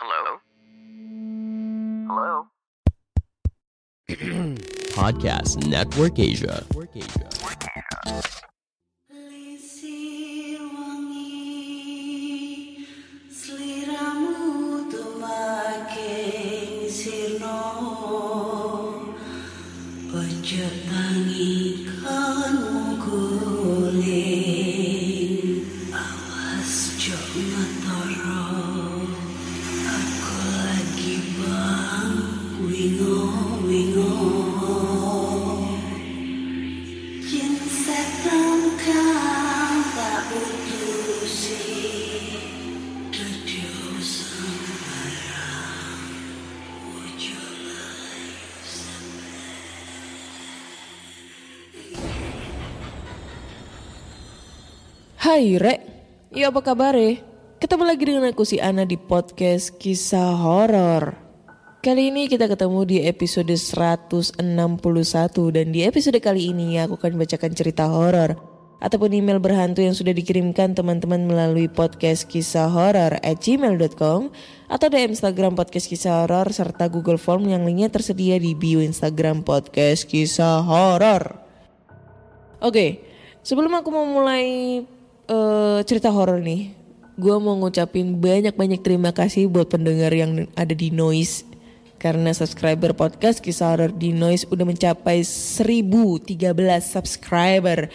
Hello? Hello? Podcast Network Asia. Lisir wangi, seliramu tumaking sirno, ojo tangi kanmu guling, awas jo ngetoro, aku lagi bang wingo. Jin setan kang tak putusi, dadi sembarang ojo layu Hai Rek, ya apa kabar? Ketemu lagi dengan aku si Ana di podcast kisah horor. Kali ini kita ketemu di episode 161 dan di episode kali ini aku akan bacakan cerita horor ataupun email berhantu yang sudah dikirimkan teman-teman melalui podcast kisah horor @gmail.com atau DM Instagram podcast kisah horor serta Google Form yang linknya tersedia di bio Instagram podcast kisah horor. Oke, sebelum aku mau mulai cerita horor nih, gue mau ngucapin banyak-banyak terima kasih buat pendengar yang ada di Noise. Karena subscriber podcast kisah horor di Noise udah mencapai 1013 subscriber.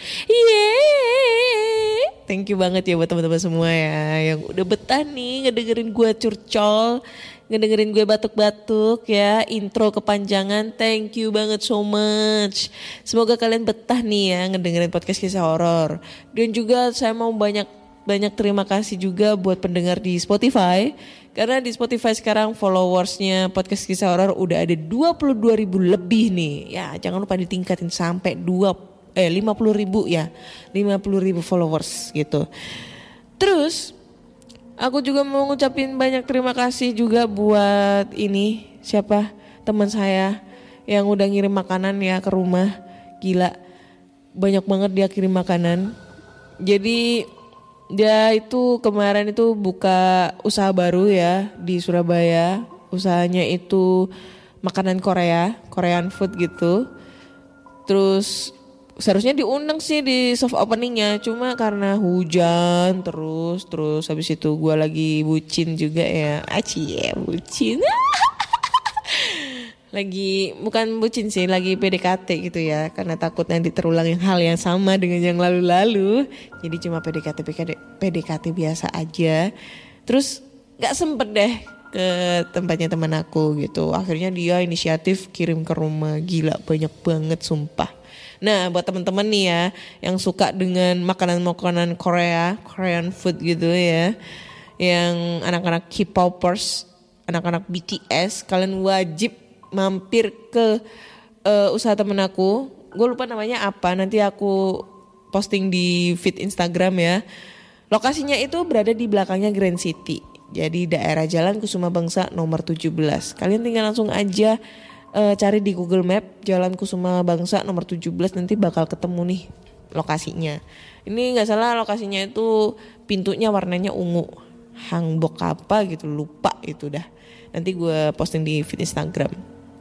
Yeay! Thank you banget ya buat teman-teman semua ya yang udah betah nih ngedengerin gue curcol, ngedengerin gue batuk-batuk ya, intro kepanjangan. Thank you banget so much. Semoga kalian betah nih ya ngedengerin podcast kisah horor. Dan juga saya mau banyak terima kasih juga buat pendengar di Spotify. Karena di Spotify sekarang followersnya podcast kisah horor udah ada 22.000 lebih nih. Ya jangan lupa ditingkatin sampai 50.000 ya. 50.000 followers gitu. Terus aku juga mau ngucapin banyak terima kasih juga buat ini. Siapa? Teman saya yang udah ngirim makanan ya ke rumah. Gila. Banyak banget dia kirim makanan. Jadi dia itu kemarin itu buka usaha baru ya di Surabaya. Usahanya itu makanan Korean food gitu. Terus seharusnya diundang sih di soft openingnya, cuma karena hujan terus habis itu gue lagi bucin juga ya. Bucin. Lagi bukan bucin sih, lagi PDKT gitu ya, karena takut nanti terulang hal yang sama dengan yang lalu-lalu. Jadi cuma PDKT biasa aja. Terus gak sempet deh ke tempatnya teman aku gitu. Akhirnya dia inisiatif kirim ke rumah. Gila banyak banget sumpah. Nah buat teman-teman nih ya yang suka dengan makanan-makanan Korean food gitu ya, yang anak-anak K-popers, anak-anak BTS, kalian wajib mampir ke usaha temen aku. Gue lupa namanya apa, nanti aku posting di feed Instagram ya. Lokasinya itu berada di belakangnya Grand City. Jadi daerah Jalan Kusuma Bangsa nomor 17. Kalian tinggal langsung aja cari di Google Map Jalan Kusuma Bangsa nomor 17, nanti bakal ketemu nih lokasinya. Ini gak salah lokasinya itu pintunya warnanya ungu. Hangbok apa gitu, lupa itu dah. Nanti gue posting di feed Instagram.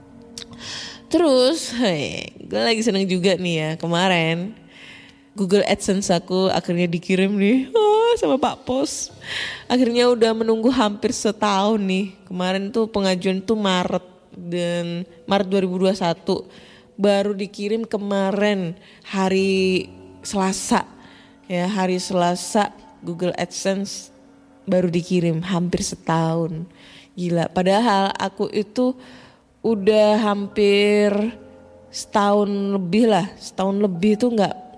Terus gue lagi seneng juga nih ya, kemarin Google AdSense aku akhirnya dikirim nih sama Pak Pos. Akhirnya udah menunggu hampir setahun nih. Kemarin tuh pengajuan tuh Maret 2021. Baru dikirim kemarin hari Selasa. Ya, hari Selasa Google AdSense baru dikirim, hampir setahun. Gila, padahal aku itu udah hampir setahun lebih tuh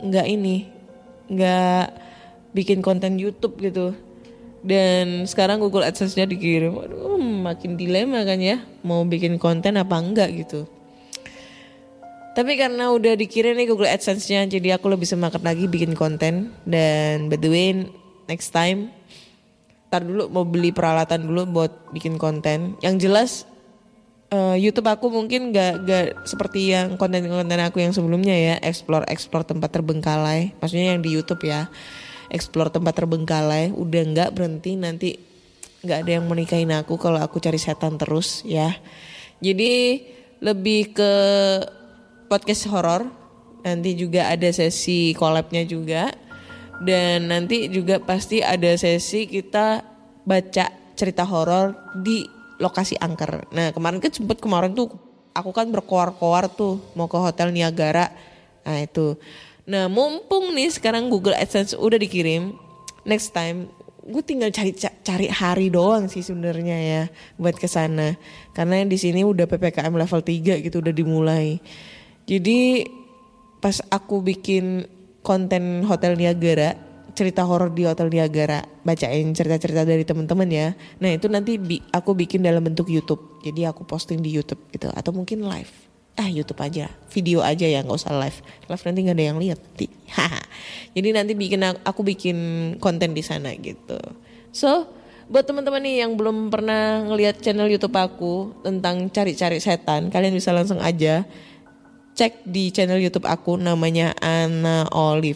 nggak bikin konten YouTube gitu. Dan sekarang Google AdSense-nya dikirim. Waduh, makin dilema kan ya, mau bikin konten apa enggak gitu. Tapi karena udah dikirim nih Google AdSense-nya, jadi aku lebih semangat lagi bikin konten. Dan by the way, next time ntar dulu mau beli peralatan dulu buat bikin konten. Yang jelas YouTube aku mungkin gak seperti yang konten-konten aku yang sebelumnya ya, explore tempat terbengkalai. Maksudnya yang di YouTube ya, explore tempat terbengkalai. Udah gak berhenti, nanti nggak ada yang menikahin aku kalau aku cari setan terus ya. Jadi lebih ke podcast horor. Nanti juga ada sesi collab-nya juga. Dan nanti juga pasti ada sesi kita baca cerita horor di lokasi angker. Nah kemarin tuh aku kan berkoar-koar tuh mau ke Hotel Niagara. Nah itu. Nah mumpung nih sekarang Google AdSense udah dikirim. Next time gue tinggal cari hari doang sih sebenarnya ya buat kesana. Karena di sini udah PPKM level 3 gitu udah dimulai. Jadi pas aku bikin konten Hotel Niagara, cerita horor di Hotel Niagara, bacain cerita-cerita dari teman-teman ya. Nah itu nanti aku bikin dalam bentuk YouTube. Jadi aku posting di YouTube gitu atau mungkin live. YouTube aja, video aja ya, nggak usah live. Live nanti nggak ada yang lihat. Jadi nanti aku bikin konten di sana gitu. So buat teman-teman nih yang belum pernah ngelihat channel YouTube aku tentang cari-cari setan, kalian bisa langsung aja cek di channel YouTube aku, namanya Anna Olive,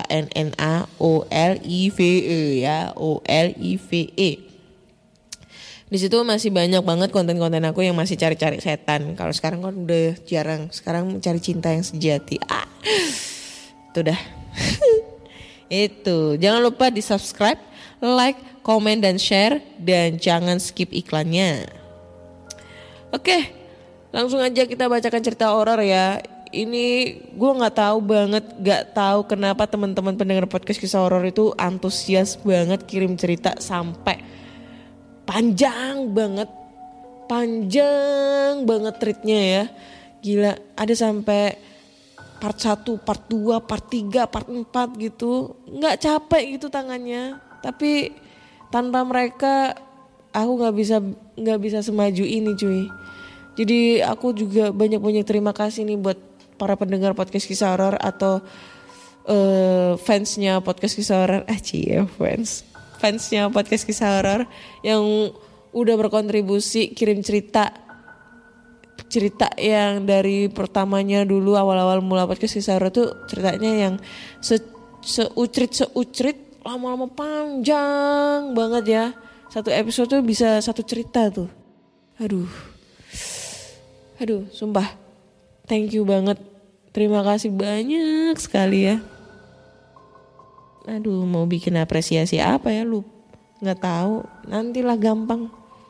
ANNAOLIVE ya, OLIVE. Di situ masih banyak banget konten-konten aku yang masih cari-cari setan. Kalau sekarang kan udah jarang. Sekarang mencari cinta yang sejati. Itu dah. Itu. Jangan lupa di subscribe, like, komen dan share, dan jangan skip iklannya. Oke, langsung aja kita bacakan cerita horor ya. Ini gue nggak tahu kenapa teman-teman pendengar podcast kisah horor itu antusias banget kirim cerita sampai panjang banget treatnya ya. Gila, ada sampai part 1, part 2, part 3, part 4 gitu. Nggak capek gitu tangannya. Tapi tanpa mereka aku nggak bisa semaju ini cuy. Jadi aku juga banyak terima kasih nih buat para pendengar podcast kisah horor atau fansnya podcast kisah horor. Fansnya podcast kisah horor yang udah berkontribusi kirim cerita yang dari pertamanya dulu awal-awal mula podcast kisah horor tuh ceritanya yang seucrit lama-lama panjang banget ya. Satu episode tuh bisa satu cerita tuh. Aduh, sumpah. Thank you banget. Terima kasih banyak sekali ya. Aduh, mau bikin apresiasi apa ya lu? Nggak tahu. Nantilah gampang.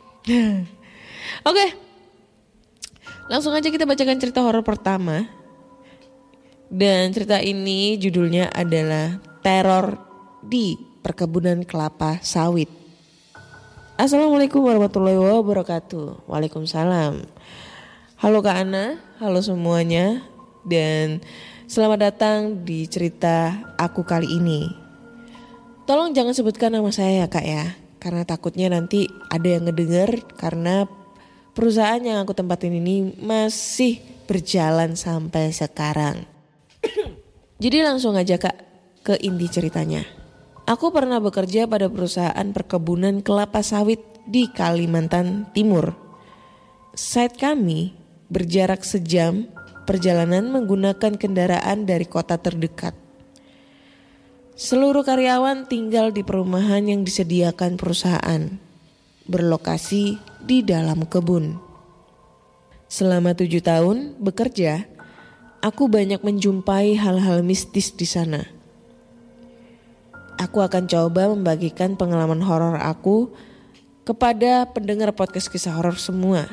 Oke. Langsung aja kita bacakan cerita horor pertama. Dan cerita ini judulnya adalah Teror di Perkebunan Kelapa Sawit. Assalamualaikum warahmatullahi wabarakatuh. Waalaikumsalam. Halo Kak Ana, halo semuanya, dan selamat datang di cerita aku kali ini. Tolong jangan sebutkan nama saya ya Kak ya, karena takutnya nanti ada yang ngedenger karena perusahaan yang aku tempatin ini masih berjalan sampai sekarang. Jadi langsung aja Kak ke inti ceritanya. Aku pernah bekerja pada perusahaan perkebunan kelapa sawit di Kalimantan Timur. Site kami berjarak sejam perjalanan menggunakan kendaraan dari kota terdekat. Seluruh karyawan tinggal di perumahan yang disediakan perusahaan, berlokasi di dalam kebun. Selama 7 tahun bekerja, aku banyak menjumpai hal-hal mistis di sana. Aku akan coba membagikan pengalaman horor aku kepada pendengar podcast kisah horor semua.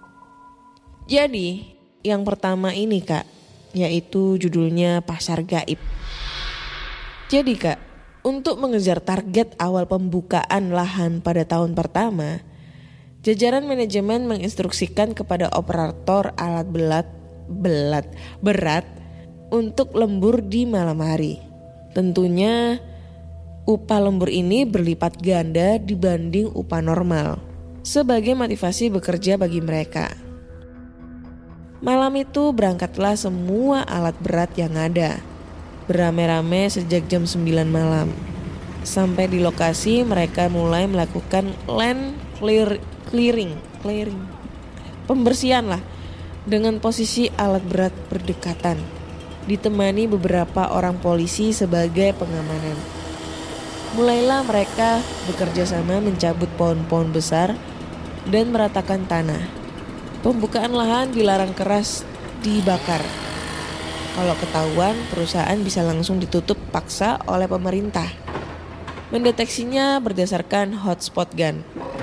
Jadi, yang pertama ini Kak, yaitu judulnya Pasar Gaib. Jadi Kak, untuk mengejar target awal pembukaan lahan pada tahun pertama, jajaran manajemen menginstruksikan kepada operator alat berat untuk lembur di malam hari. Tentunya upah lembur ini berlipat ganda dibanding upah normal, sebagai motivasi bekerja bagi mereka. Malam itu berangkatlah semua alat berat yang ada, beramai-ramai sejak jam 9 malam. Sampai di lokasi mereka mulai melakukan land clearing, pembersihan lah, dengan posisi alat berat berdekatan, ditemani beberapa orang polisi sebagai pengamanan. Mulailah mereka bekerja sama mencabut pohon-pohon besar dan meratakan tanah. Pembukaan lahan dilarang keras dibakar. Kalau ketahuan, perusahaan bisa langsung ditutup paksa oleh pemerintah. Mendeteksinya berdasarkan hotspot gun.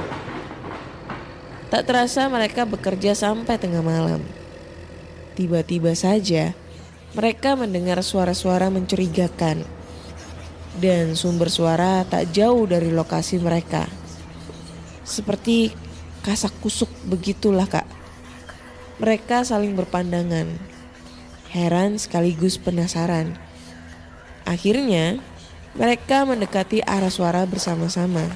Tak terasa mereka bekerja sampai tengah malam. Tiba-tiba saja mereka mendengar suara-suara mencurigakan. Dan sumber suara tak jauh dari lokasi mereka. Seperti kasak kusuk begitulah Kak. Mereka saling berpandangan. Heran sekaligus penasaran. Akhirnya mereka mendekati arah suara bersama-sama.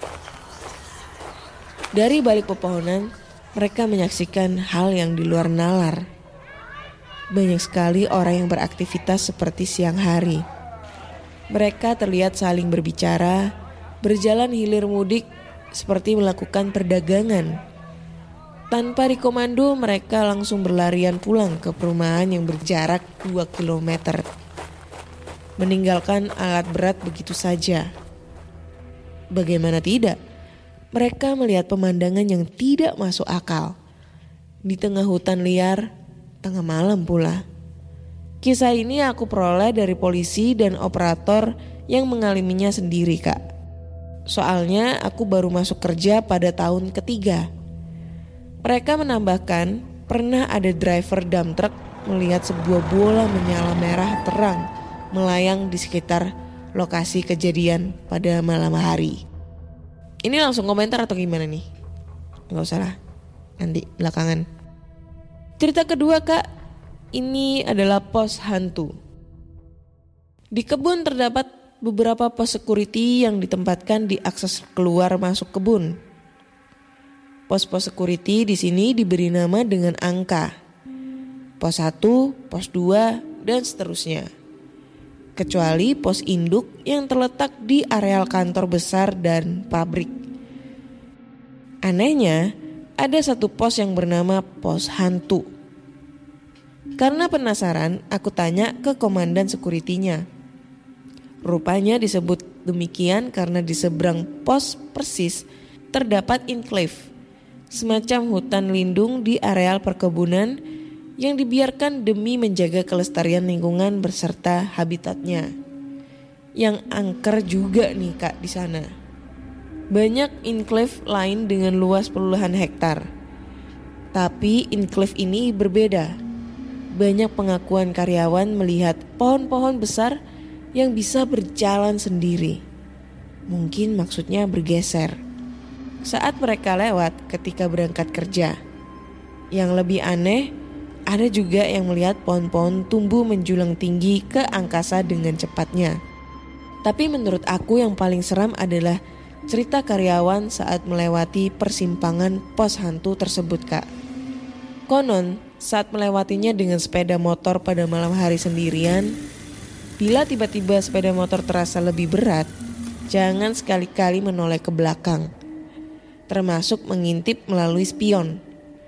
Dari balik pepohonan, mereka menyaksikan hal yang di luar nalar. Banyak sekali orang yang beraktivitas seperti siang hari. Mereka terlihat saling berbicara, berjalan hilir mudik seperti melakukan perdagangan. Tanpa dikomando, mereka langsung berlarian pulang ke perumahan yang berjarak 2 km. Meninggalkan alat berat begitu saja. Bagaimana tidak? Mereka melihat pemandangan yang tidak masuk akal. Di tengah hutan liar, tengah malam pula. Kisah ini aku peroleh dari polisi dan operator yang mengalaminya sendiri Kak. Soalnya aku baru masuk kerja pada tahun ketiga. Mereka menambahkan pernah ada driver dump truck melihat sebuah bola menyala merah terang melayang di sekitar lokasi kejadian pada malam hari. Ini langsung komentar atau gimana nih? Gak usah lah, nanti belakangan. Cerita kedua Kak. Ini adalah pos hantu. Di kebun terdapat beberapa pos security yang ditempatkan di akses keluar masuk kebun. Pos-pos security di sini diberi nama dengan angka. Pos 1, pos 2, dan seterusnya. Kecuali pos induk yang terletak di areal kantor besar dan pabrik. Anehnya, ada satu pos yang bernama pos hantu. Karena penasaran, aku tanya ke komandan sekuritinya. Rupanya disebut demikian karena di seberang pos persis terdapat enclave, semacam hutan lindung di areal perkebunan yang dibiarkan demi menjaga kelestarian lingkungan beserta habitatnya. Yang angker juga nih Kak di sana. Banyak enclave lain dengan luas puluhan hektar. Tapi enclave ini berbeda. Banyak pengakuan karyawan melihat pohon-pohon besar yang bisa berjalan sendiri. Mungkin maksudnya bergeser. Saat mereka lewat ketika berangkat kerja. Yang lebih aneh, ada juga yang melihat pohon-pohon tumbuh menjulang tinggi ke angkasa dengan cepatnya. Tapi menurut aku yang paling seram adalah cerita karyawan saat melewati persimpangan pos hantu tersebut Kak. Konon, saat melewatinya dengan sepeda motor pada malam hari sendirian, bila tiba-tiba sepeda motor terasa lebih berat, jangan sekali-kali menoleh ke belakang, termasuk mengintip melalui spion.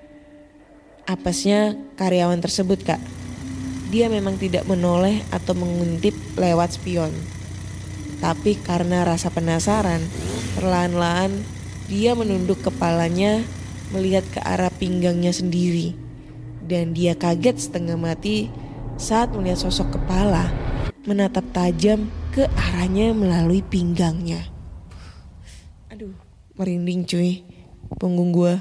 Apesnya karyawan tersebut Kak, dia memang tidak menoleh atau mengintip lewat spion. Tapi karena rasa penasaran, perlahan-lahan dia menunduk kepalanya melihat ke arah pinggangnya sendiri. Dan dia kaget setengah mati saat melihat sosok kepala menatap tajam ke arahnya melalui pinggangnya. Aduh, merinding cuy, punggung gua.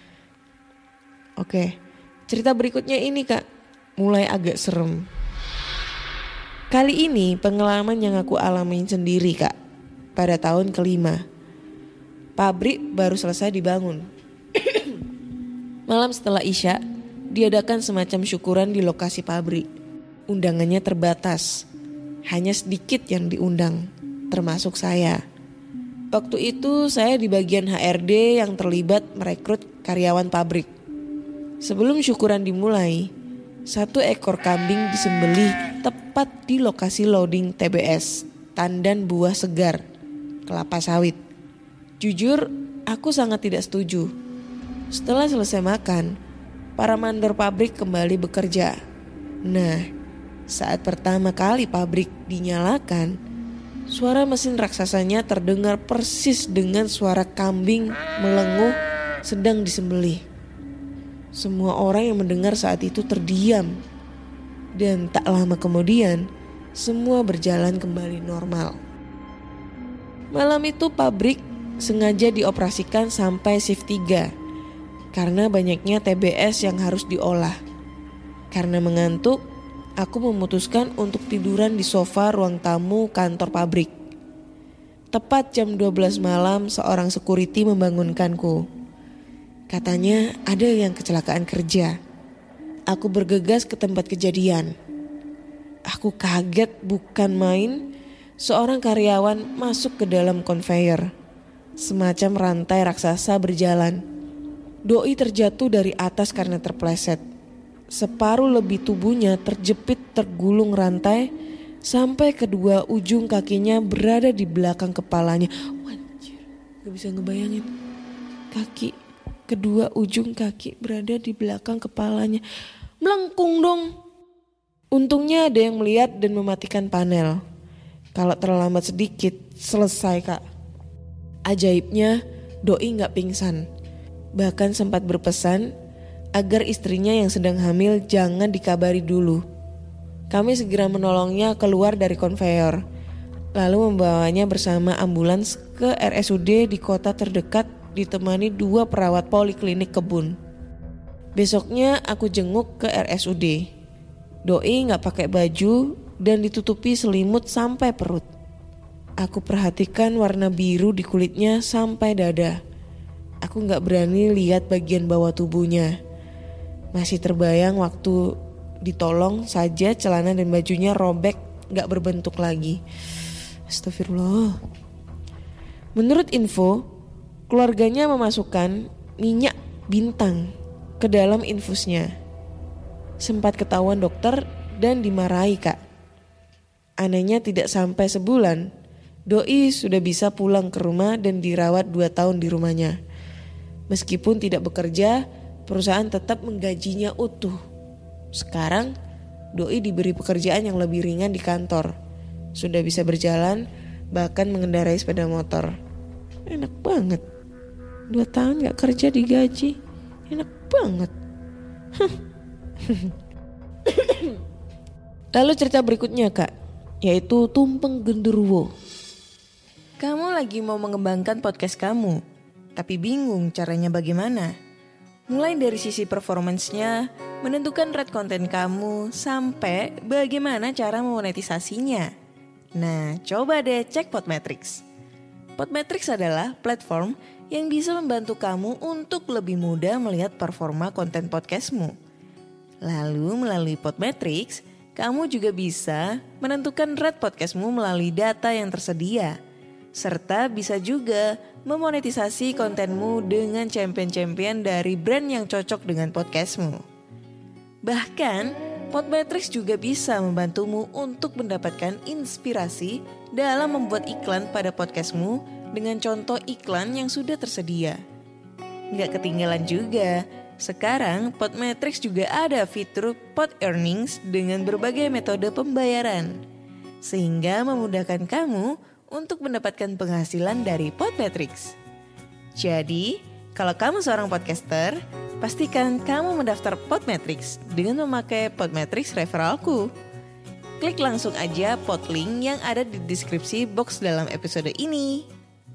Oke, cerita berikutnya ini Kak, mulai agak serem. Kali ini pengalaman yang aku alamin sendiri Kak, pada tahun kelima. Pabrik baru selesai dibangun. Malam setelah Isya, diadakan semacam syukuran di lokasi pabrik. Undangannya terbatas, hanya sedikit yang diundang, termasuk saya. Waktu itu saya di bagian HRD yang terlibat merekrut karyawan pabrik. Sebelum syukuran dimulai, 1 ekor kambing disembelih tepat di lokasi loading TBS, tandan buah segar, kelapa sawit. Jujur, aku sangat tidak setuju. Setelah selesai makan, para mandor pabrik kembali bekerja. Nah, saat pertama kali pabrik dinyalakan, Suara mesin raksasanya terdengar persis dengan suara kambing melenguh sedang disembelih. Semua orang yang mendengar saat itu terdiam. Dan tak lama kemudian, semua berjalan kembali normal. Malam itu pabrik sengaja dioperasikan sampai shift 3 karena banyaknya TBS yang harus diolah. Karena mengantuk, aku memutuskan untuk tiduran di sofa ruang tamu kantor pabrik. Tepat jam 12 malam seorang security membangunkanku. Katanya ada yang kecelakaan kerja. Aku bergegas ke tempat kejadian. Aku kaget bukan main, seorang karyawan masuk ke dalam konveyor. Semacam rantai raksasa berjalan. Doi terjatuh dari atas karena terpleset. Separuh lebih tubuhnya terjepit tergulung rantai sampai kedua ujung kakinya berada di belakang kepalanya. Anjir, gak bisa ngebayangin. Kedua ujung kaki berada di belakang kepalanya. Melengkung dong. Untungnya ada yang melihat dan mematikan panel. Kalau terlambat sedikit, selesai kak. Ajaibnya, Doi gak pingsan. Bahkan sempat berpesan agar istrinya yang sedang hamil jangan dikabari dulu. Kami segera menolongnya keluar dari konveyor, lalu membawanya bersama ambulans ke RSUD di kota terdekat ditemani 2 perawat poliklinik kebun. Besoknya aku jenguk ke RSUD. Doi gak pakai baju dan ditutupi selimut sampai perut. Aku perhatikan warna biru di kulitnya sampai dada. Aku gak berani lihat bagian bawah tubuhnya. Masih terbayang waktu ditolong saja celana dan bajunya robek gak berbentuk lagi. Astagfirullah. Menurut info, keluarganya memasukkan minyak bintang ke dalam infusnya. Sempat ketahuan dokter dan dimarahi kak. Anehnya tidak sampai sebulan, Doi sudah bisa pulang ke rumah dan dirawat 2 tahun di rumahnya. Meskipun tidak bekerja, perusahaan tetap menggajinya utuh. Sekarang Doi diberi pekerjaan yang lebih ringan di kantor. Sudah bisa berjalan, bahkan mengendarai sepeda motor. Enak banget. 2 tahun gak kerja digaji. Enak banget. Lalu cerita berikutnya kak, yaitu Tumpeng Genderuwo. Kamu lagi mau mengembangkan podcast kamu, tapi bingung caranya bagaimana. Mulai dari sisi performance-nya, menentukan rate konten kamu, sampai bagaimana cara memonetisasinya. Nah, coba deh cek Podmetrics. Podmetrics adalah platform yang bisa membantu kamu untuk lebih mudah melihat performa konten podcastmu. Lalu melalui Podmetrics, kamu juga bisa menentukan rate podcastmu melalui data yang tersedia. Serta bisa juga memonetisasi kontenmu dengan champion-champion dari brand yang cocok dengan podcastmu. Bahkan, Podmetrics juga bisa membantumu untuk mendapatkan inspirasi dalam membuat iklan pada podcastmu dengan contoh iklan yang sudah tersedia. Nggak ketinggalan juga, sekarang Podmetrics juga ada fitur Pod Earnings dengan berbagai metode pembayaran. Sehingga memudahkan kamu untuk mendapatkan penghasilan dari Podmetrics. Jadi, kalau kamu seorang podcaster, pastikan kamu mendaftar Podmetrics dengan memakai Podmetrics referralku. Klik langsung aja podlink yang ada di deskripsi box dalam episode ini.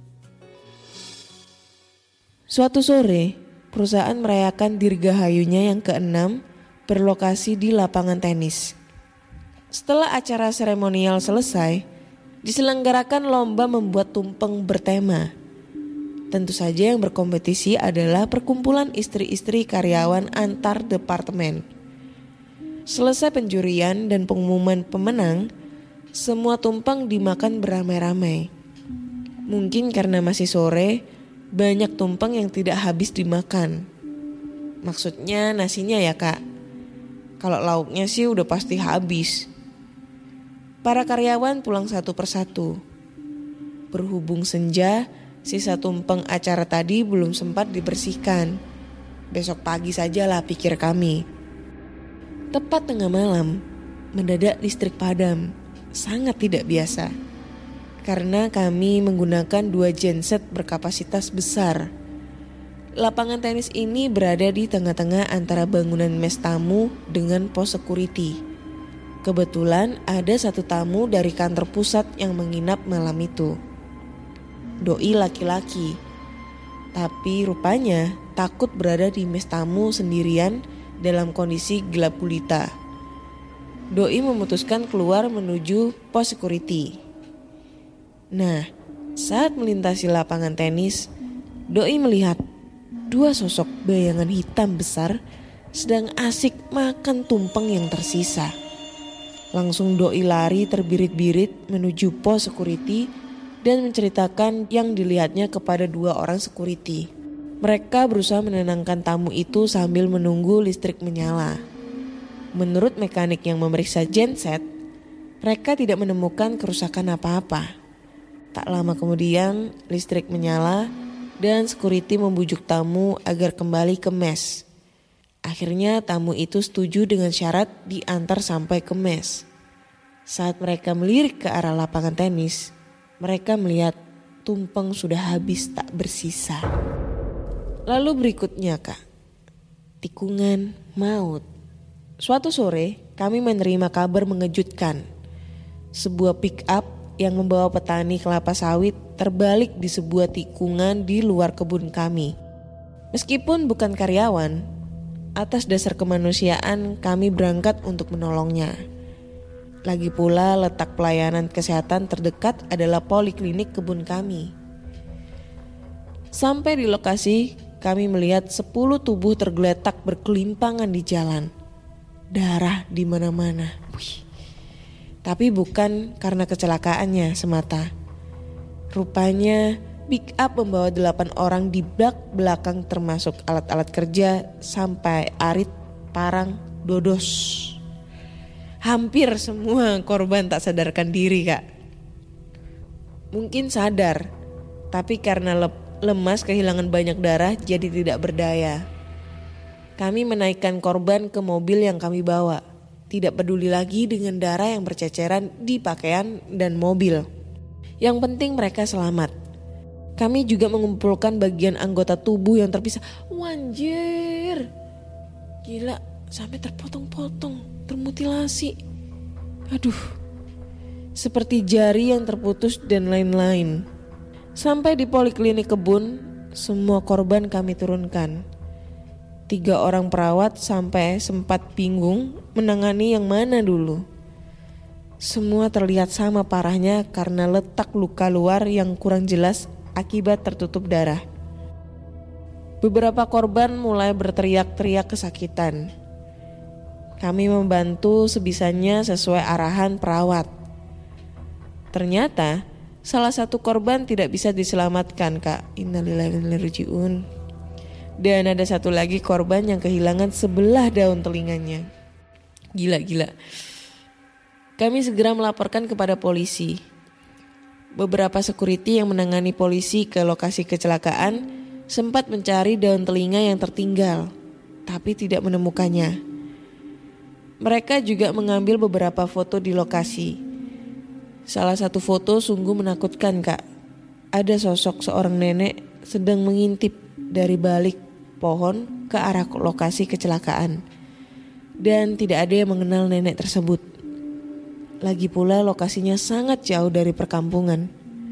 Suatu sore, perusahaan merayakan dirgahayunya yang ke-6 berlokasi di lapangan tenis. Setelah acara seremonial selesai, diselenggarakan lomba membuat tumpeng bertema. Tentu saja yang berkompetisi adalah perkumpulan istri-istri karyawan antar departemen. Selesai penjurian dan pengumuman pemenang, semua tumpeng dimakan beramai-ramai. Mungkin karena masih sore, banyak tumpeng yang tidak habis dimakan. Maksudnya nasinya ya kak. Kalau lauknya sih udah pasti habis. Para karyawan pulang satu persatu. Berhubung senja, sisa tumpeng acara tadi belum sempat dibersihkan. Besok pagi sajalah pikir kami. Tepat tengah malam, mendadak listrik padam. Sangat tidak biasa. karena kami menggunakan 2 genset berkapasitas besar. Lapangan tenis ini berada di tengah-tengah antara bangunan mes tamu dengan pos security. Kebetulan ada satu tamu dari kantor pusat yang menginap malam itu. Doi laki-laki, tapi rupanya takut berada di mes tamu sendirian dalam kondisi gelap gulita. Doi memutuskan keluar menuju pos security. Nah, saat melintasi lapangan tenis, Doi melihat 2 sosok bayangan hitam besar sedang asik makan tumpeng yang tersisa. Langsung Doi lari terbirit-birit menuju pos security dan menceritakan yang dilihatnya kepada 2 orang security. Mereka berusaha menenangkan tamu itu sambil menunggu listrik menyala. Menurut mekanik yang memeriksa genset, mereka tidak menemukan kerusakan apa-apa. Tak lama kemudian listrik menyala dan security membujuk tamu agar kembali ke mes. Akhirnya tamu itu setuju dengan syarat diantar sampai ke mes. Saat mereka melirik ke arah lapangan tenis, mereka melihat tumpeng sudah habis tak bersisa. Lalu berikutnya Kak, tikungan maut. Suatu sore kami menerima kabar mengejutkan. Sebuah pick up yang membawa petani kelapa sawit terbalik di sebuah tikungan di luar kebun kami. Meskipun bukan karyawan, atas dasar kemanusiaan kami berangkat untuk menolongnya. Lagi pula letak pelayanan kesehatan terdekat adalah poliklinik kebun kami. Sampai di lokasi, kami melihat 10 tubuh tergeletak berkelimpangan di jalan. Darah di mana-mana. Tapi bukan karena kecelakaannya semata. Rupanya pick up membawa 8 orang di bak belakang termasuk alat-alat kerja sampai arit, parang, dodos. Hampir semua korban tak sadarkan diri Kak. Mungkin sadar, tapi karena lemas kehilangan banyak darah jadi tidak berdaya. Kami menaikkan korban ke mobil yang kami bawa. Tidak peduli lagi dengan darah yang berceceran di pakaian dan mobil. Yang penting mereka selamat. Kami juga mengumpulkan bagian anggota tubuh yang terpisah. Wanjir, gila, sampai terpotong-potong, termutilasi. Aduh, seperti jari yang terputus dan lain-lain. Sampai di poliklinik kebun, semua korban kami turunkan. 3 orang perawat sampai sempat bingung menangani yang mana dulu. Semua terlihat sama parahnya karena letak luka luar yang kurang jelas akibat tertutup darah. Beberapa korban mulai berteriak-teriak kesakitan. Kami membantu sebisanya sesuai arahan perawat. Ternyata salah satu korban tidak bisa diselamatkan Kak. Innalillahi wa inna ilaihi raji'un. Dan ada satu lagi korban yang kehilangan sebelah daun telinganya. Gila. Kami segera melaporkan kepada polisi. Beberapa security yang menangani polisi ke lokasi kecelakaan sempat mencari daun telinga yang tertinggal, tapi tidak menemukannya. Mereka juga mengambil beberapa foto di lokasi. Salah satu foto sungguh menakutkan Kak. Ada sosok seorang nenek sedang mengintip dari balik pohon ke arah lokasi kecelakaan. Dan tidak ada yang mengenal nenek tersebut. Lagi pula lokasinya sangat jauh dari perkampungan.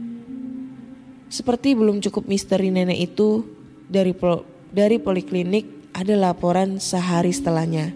Seperti belum cukup misteri nenek itu, dari poliklinik ada laporan sehari setelahnya.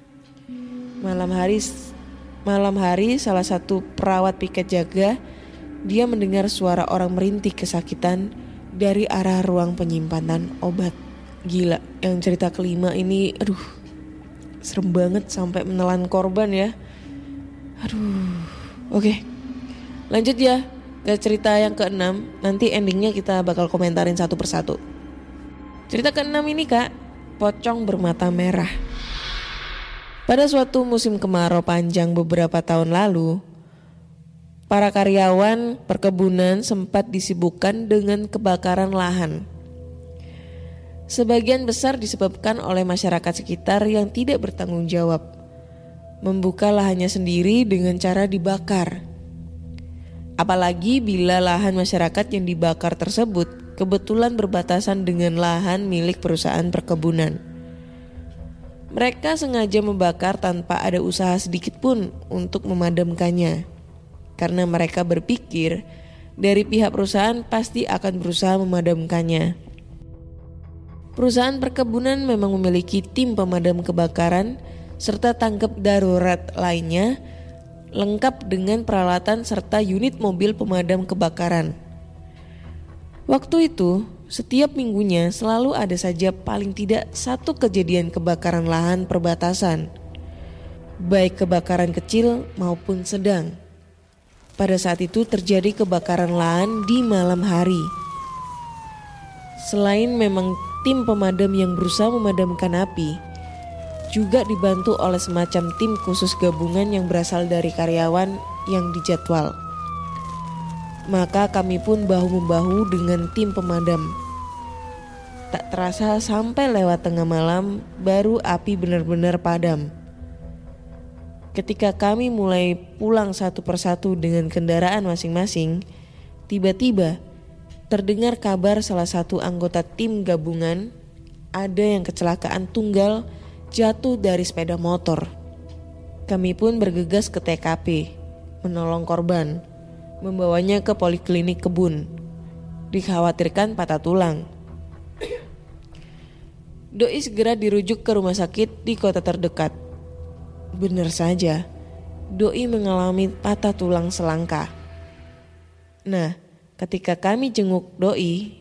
Malam hari salah satu perawat piket jaga, dia mendengar suara orang merintih kesakitan dari arah ruang penyimpanan obat. Gila, yang cerita kelima ini aduh serem banget sampai menelan korban ya. Aduh. Oke. Lanjut ya ke cerita yang ke-6. Nanti endingnya kita bakal komentarin satu persatu. Cerita ke-6 ini Kak, pocong bermata merah. Pada suatu musim kemarau panjang beberapa tahun lalu, para karyawan perkebunan sempat disibukkan dengan kebakaran lahan. Sebagian besar disebabkan oleh masyarakat sekitar yang tidak bertanggung jawab, membuka lahannya sendiri dengan cara dibakar. Apalagi bila lahan masyarakat yang dibakar tersebut kebetulan berbatasan dengan lahan milik perusahaan perkebunan. Mereka sengaja membakar tanpa ada usaha sedikit pun untuk memadamkannya. Karena mereka berpikir dari pihak perusahaan pasti akan berusaha memadamkannya. Perusahaan perkebunan memang memiliki tim pemadam kebakaran serta tanggap darurat lainnya, lengkap dengan peralatan serta unit mobil pemadam kebakaran. Waktu itu, setiap minggunya selalu ada saja paling tidak satu kejadian kebakaran lahan perbatasan, baik kebakaran kecil maupun sedang. Pada saat itu terjadi kebakaran lahan di malam hari. Selain memang tim pemadam yang berusaha memadamkan api, juga dibantu oleh semacam tim khusus gabungan yang berasal dari karyawan yang dijadwal. Maka kami pun bahu-membahu dengan tim pemadam. Tak terasa sampai lewat tengah malam baru api benar-benar padam. Ketika kami mulai pulang satu persatu dengan kendaraan masing-masing, tiba-tiba terdengar kabar salah satu anggota tim gabungan ada yang kecelakaan tunggal jatuh dari sepeda motor. Kami pun bergegas ke TKP, menolong korban, membawanya ke poliklinik kebun. Dikhawatirkan patah tulang. Doi segera dirujuk ke rumah sakit di kota terdekat. Benar saja, Doi mengalami patah tulang selangka. Nah, ketika kami jenguk Doi,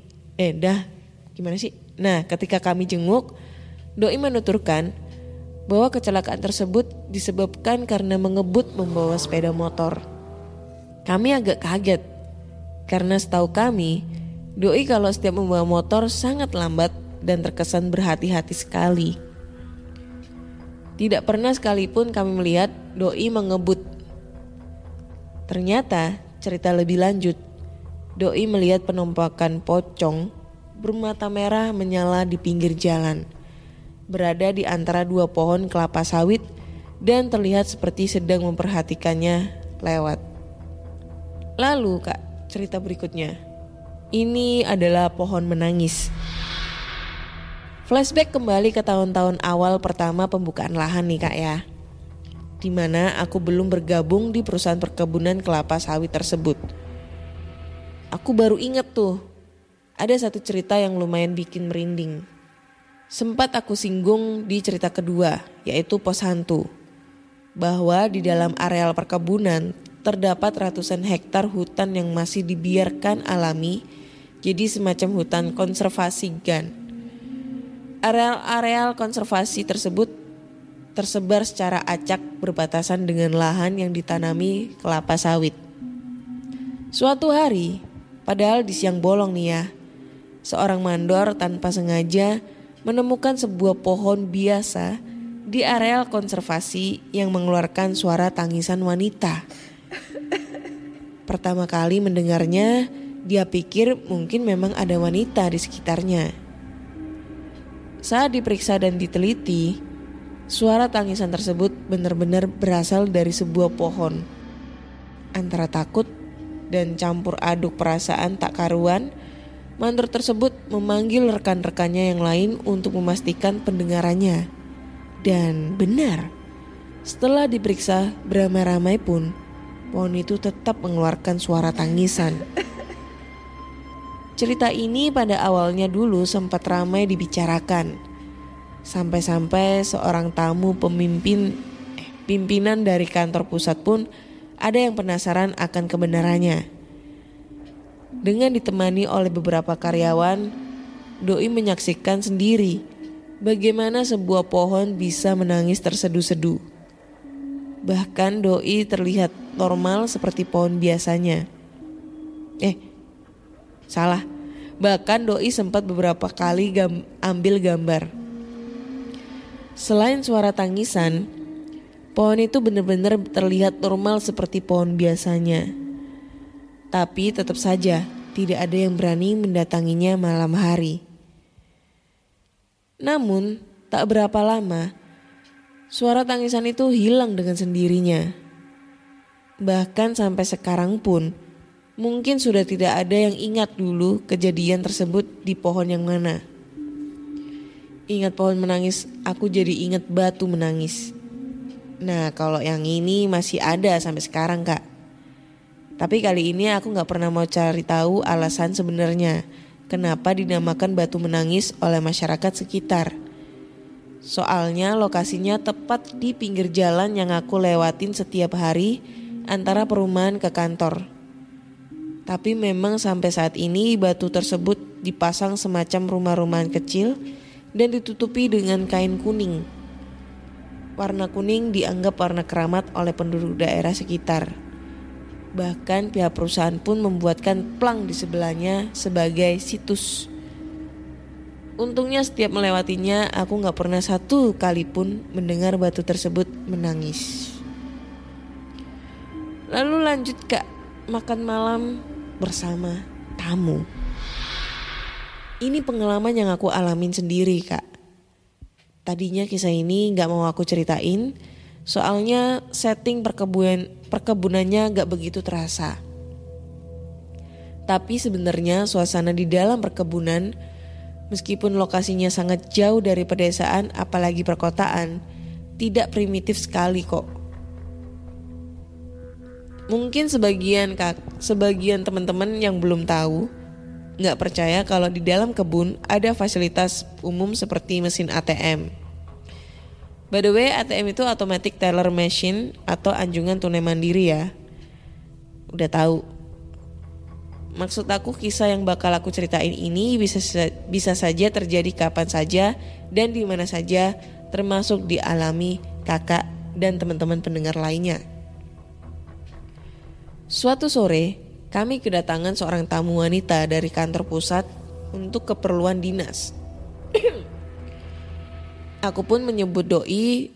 ketika kami jenguk, Doi menuturkan bahwa kecelakaan tersebut disebabkan karena mengebut membawa sepeda motor. Kami agak kaget, karena setahu kami, Doi kalau setiap membawa motor sangat lambat dan terkesan berhati-hati sekali. Tidak pernah sekalipun kami melihat Doi mengebut. Ternyata cerita lebih lanjut, Doi melihat penampakan pocong bermata merah menyala di pinggir jalan, berada di antara dua pohon kelapa sawit dan terlihat seperti sedang memperhatikannya lewat. Lalu Kak, cerita berikutnya. Ini adalah pohon menangis. Flashback kembali ke tahun-tahun awal pertama pembukaan lahan nih Kak ya, dimana aku belum bergabung di perusahaan perkebunan kelapa sawit tersebut. Aku baru inget tuh, ada satu cerita yang lumayan bikin merinding. Sempat aku singgung di cerita kedua, yaitu pos hantu. Bahwa di dalam areal perkebunan terdapat ratusan hektar hutan yang masih dibiarkan alami, jadi semacam hutan konservasi GAN. Areal konservasi tersebut tersebar secara acak berbatasan dengan lahan yang ditanami kelapa sawit. Suatu hari, padahal di siang bolong nih ya, seorang mandor tanpa sengaja menemukan sebuah pohon biasa di areal konservasi yang mengeluarkan suara tangisan wanita. Pertama kali mendengarnya, dia pikir mungkin memang ada wanita di sekitarnya. Saat diperiksa dan diteliti, suara tangisan tersebut benar-benar berasal dari sebuah pohon. Antara takut dan campur aduk perasaan tak karuan, mandor tersebut memanggil rekan-rekannya yang lain untuk memastikan pendengarannya. Dan benar, setelah diperiksa beramai-ramai pun, pohon itu tetap mengeluarkan suara tangisan. Cerita ini pada awalnya dulu sempat ramai dibicarakan. Sampai-sampai seorang tamu pimpinan dari kantor pusat pun ada yang penasaran akan kebenarannya. Dengan ditemani oleh beberapa karyawan, Doi menyaksikan sendiri bagaimana sebuah pohon bisa menangis terseduh-seduh. Bahkan Doi terlihat normal seperti pohon biasanya. Bahkan Doi sempat beberapa kali ambil gambar. Selain suara tangisan, pohon itu benar-benar terlihat normal seperti pohon biasanya. Tapi tetap saja tidak ada yang berani mendatanginya malam hari. Namun tak berapa lama, suara tangisan itu hilang dengan sendirinya. Bahkan sampai sekarang pun Mungkin sudah tidak ada yang ingat dulu kejadian tersebut di pohon yang mana. Ingat pohon menangis, aku jadi ingat batu menangis. Nah, kalau yang ini masih ada sampai sekarang, Kak. Tapi kali ini aku gak pernah mau cari tahu alasan sebenarnya kenapa dinamakan batu menangis oleh masyarakat sekitar. Soalnya lokasinya tepat di pinggir jalan yang aku lewatin setiap hari antara perumahan ke kantor. Tapi memang sampai saat ini batu tersebut dipasang semacam rumah-rumahan kecil dan ditutupi dengan kain kuning. Warna kuning dianggap warna keramat oleh penduduk daerah sekitar. Bahkan pihak perusahaan pun membuatkan plang di sebelahnya sebagai situs. Untungnya setiap melewatinya aku gak pernah satu kali pun mendengar batu tersebut menangis. Lalu lanjut Kak, makan malam bersama tamu. Ini pengalaman yang aku alamin sendiri Kak. Tadinya kisah ini gak mau aku ceritain, soalnya setting perkebunannya gak begitu terasa. Tapi sebenarnya suasana di dalam perkebunan, meskipun lokasinya sangat jauh dari pedesaan apalagi perkotaan, tidak primitif sekali kok. Mungkin sebagian teman-teman yang belum tahu nggak percaya kalau di dalam kebun ada fasilitas umum seperti mesin ATM. By the way, ATM itu automatic teller machine atau anjungan tunai mandiri ya. Udah tahu. Maksud aku kisah yang bakal aku ceritain ini bisa saja terjadi kapan saja dan di mana saja, termasuk dialami kakak dan teman-teman pendengar lainnya. Suatu sore, kami kedatangan seorang tamu wanita dari kantor pusat untuk keperluan dinas. Aku pun menyambut doi